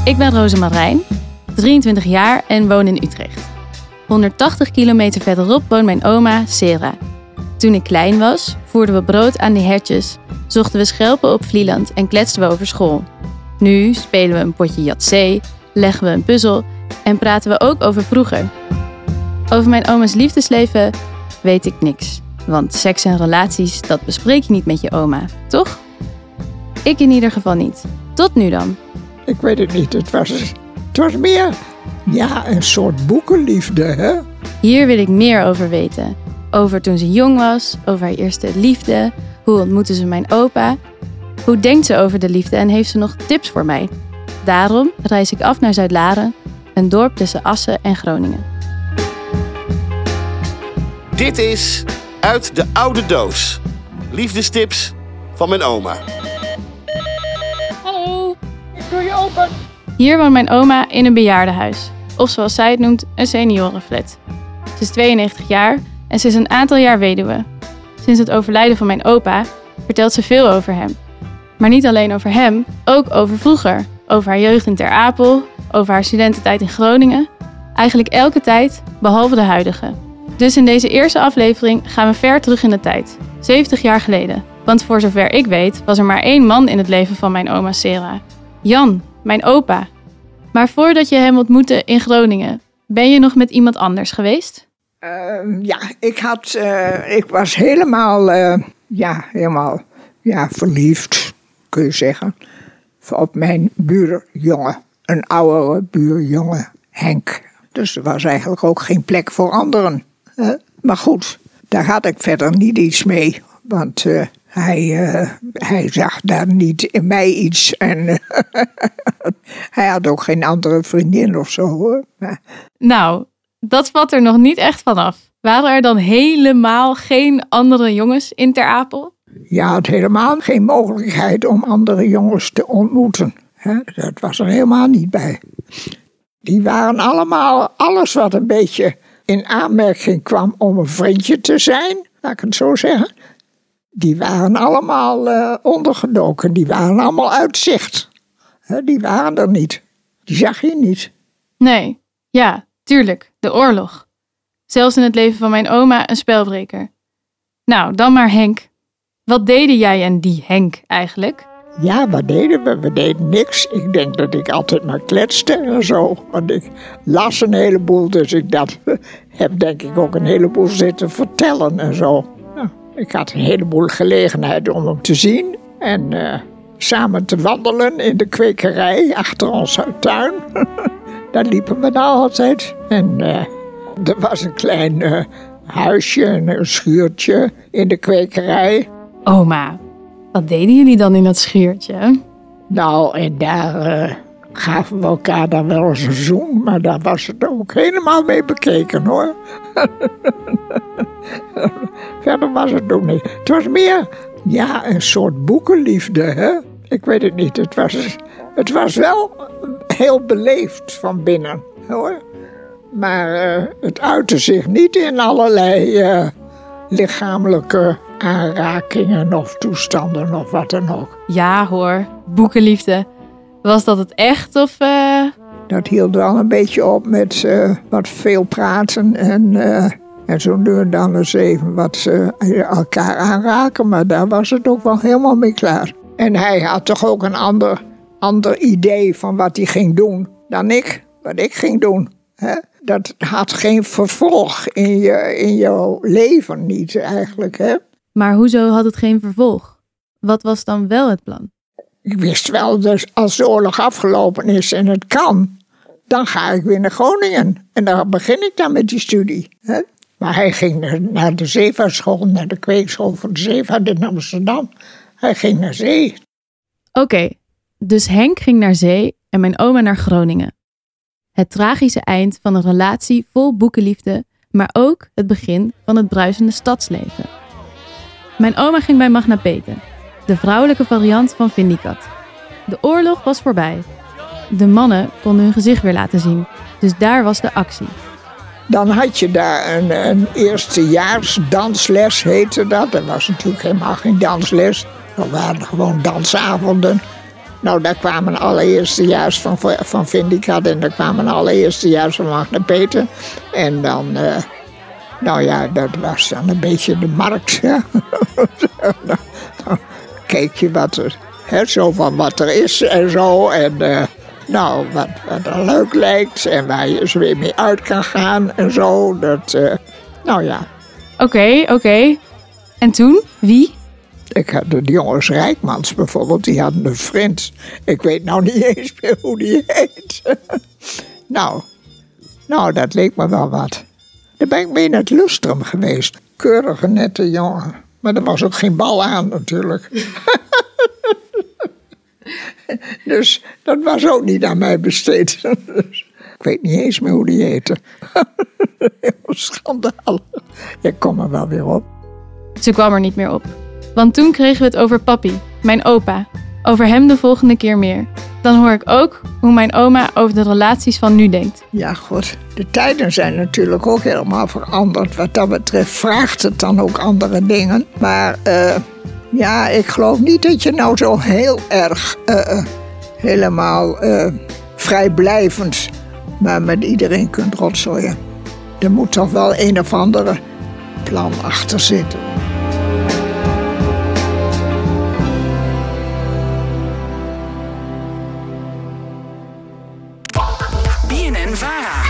Ik ben Rosemarijn, 23 jaar en woon in Utrecht. 180 kilometer verderop woont mijn oma Sera. Toen ik klein was, voerden we brood aan de hertjes, zochten we schelpen op Vlieland en kletsten we over school. Nu spelen we een potje Yatzee, leggen we een puzzel en praten we ook over vroeger. Over mijn oma's liefdesleven weet ik niks. Want seks en relaties, dat bespreek je niet met je oma, toch? Ik in ieder geval niet. Tot nu dan. Ik weet het niet. Het was meer een soort boekenliefde, hè? Hier wil ik meer over weten. Over toen ze jong was, over haar eerste liefde. Hoe ontmoette ze mijn opa? Hoe denkt ze over de liefde en heeft ze nog tips voor mij? Daarom reis ik af naar Zuidlaren, een dorp tussen Assen en Groningen. Dit is Uit de Oude Doos. Liefdestips van mijn oma. Hallo. Ik doe je open. Hier woont mijn oma in een bejaardenhuis. Of zoals zij het noemt, een seniorenflat. Ze is 92 jaar en ze is een aantal jaar weduwe. Sinds het overlijden van mijn opa vertelt ze veel over hem. Maar niet alleen over hem, ook over vroeger. Over haar jeugd in Ter Apel, over haar studententijd in Groningen. Eigenlijk elke tijd, behalve de huidige. Dus in deze eerste aflevering gaan we ver terug in de tijd. 70 jaar geleden. Want voor zover ik weet, was er maar één man in het leven van mijn oma Sera. Jan, mijn opa. Maar voordat je hem ontmoette in Groningen, ben je nog met iemand anders geweest? Ik was helemaal verliefd, kun je zeggen, op mijn buurjongen. Een oudere buurjongen, Henk. Dus er was eigenlijk ook geen plek voor anderen. Maar goed, daar had ik verder niet iets mee. Want hij zag daar niet in mij iets. En hij had ook geen andere vriendin of zo, hoor. Nou, dat valt er nog niet echt vanaf. Waren er dan helemaal geen andere jongens in Ter Apel? Je had helemaal geen mogelijkheid om andere jongens te ontmoeten. Dat was er helemaal niet bij. Die waren allemaal, alles wat een beetje in aanmerking kwam om een vriendje te zijn, laat ik het zo zeggen, die waren allemaal ondergedoken. Die waren allemaal uit zicht. Die waren er niet. Die zag je niet. Nee, ja, tuurlijk, de oorlog. Zelfs in het leven van mijn oma een spelbreker. Nou, dan maar Henk. Wat deden jij en die Henk eigenlijk? Ja, wat deden we? We deden niks. Ik denk dat ik altijd maar kletste en zo. Want ik las een heleboel, dus ik heb denk ik ook een heleboel zitten vertellen en zo. Nou, ik had een heleboel gelegenheid om hem te zien. En samen te wandelen in de kwekerij achter onze tuin. Daar liepen we nou altijd. En er was een klein huisje, een schuurtje in de kwekerij. Oma, wat deden jullie dan in dat schuurtje? Nou, en daar gaven we elkaar dan wel eens een zoen, maar daar was het ook helemaal mee bekeken, hoor. Verder was het ook niet. Het was meer, een soort boekenliefde, hè. Ik weet het niet, het was wel heel beleefd van binnen, hoor. Maar het uitte zich niet in allerlei lichamelijke aanrakingen of toestanden of wat dan ook. Ja hoor, boekenliefde. Was dat het echt of... Dat hield wel een beetje op met wat veel praten en zo nu en dan eens even wat elkaar aanraken. Maar daar was het ook wel helemaal mee klaar. En hij had toch ook een ander idee van wat hij ging doen dan wat ik ging doen. Hè? Dat had geen vervolg in jouw leven niet eigenlijk, hè? Maar hoezo had het geen vervolg? Wat was dan wel het plan? Ik wist wel, dus als de oorlog afgelopen is en het kan, dan ga ik weer naar Groningen. En dan begin ik dan met die studie. Hè? Maar hij ging naar de zeevaartschool, naar de kweekschool van de zeevaart in Amsterdam. Hij ging naar zee. Oké, dus Henk ging naar zee en mijn oma naar Groningen. Het tragische eind van een relatie vol boekenliefde, maar ook het begin van het bruisende stadsleven. Mijn oma ging bij Magna Peten, de vrouwelijke variant van Vindicat. De oorlog was voorbij. De mannen konden hun gezicht weer laten zien, dus daar was de actie. Dan had je daar een eerstejaars dansles, heette dat. Er was natuurlijk helemaal geen dansles. Er waren gewoon dansavonden. Nou, daar kwamen alle eerstejaars van Vindicat en daar kwamen alle eerstejaars van Magna Peter. En dan, nou ja, dat was dan een beetje de markt. Ja. Dan keek je zo van wat er is en zo. En nou, wat er leuk lijkt en waar je eens weer mee uit kan gaan en zo. Nou ja. Oké. En toen? Wie? Ik had de jongens Rijkmans bijvoorbeeld, die hadden een vriend. Ik weet nou niet eens meer hoe die heet. Nou, dat leek me wel wat. Daar ben ik mee naar het Lustrum geweest. Keurige, nette jongen. Maar er was ook geen bal aan natuurlijk. Dus dat was ook niet aan mij besteed. Ik weet niet eens meer hoe die heette. Schandalig. Ik kom er wel weer op. Ze kwam er niet meer op. Want toen kregen we het over papi, mijn opa. Over hem de volgende keer meer. Dan hoor ik ook hoe mijn oma over de relaties van nu denkt. Ja, goed. De tijden zijn natuurlijk ook helemaal veranderd. Wat dat betreft vraagt het dan ook andere dingen. Maar ja, ik geloof niet dat je nou zo heel erg helemaal vrijblijvend maar met iedereen kunt rotzooien. Er moet toch wel een of andere plan achter zitten. BNN-VARA.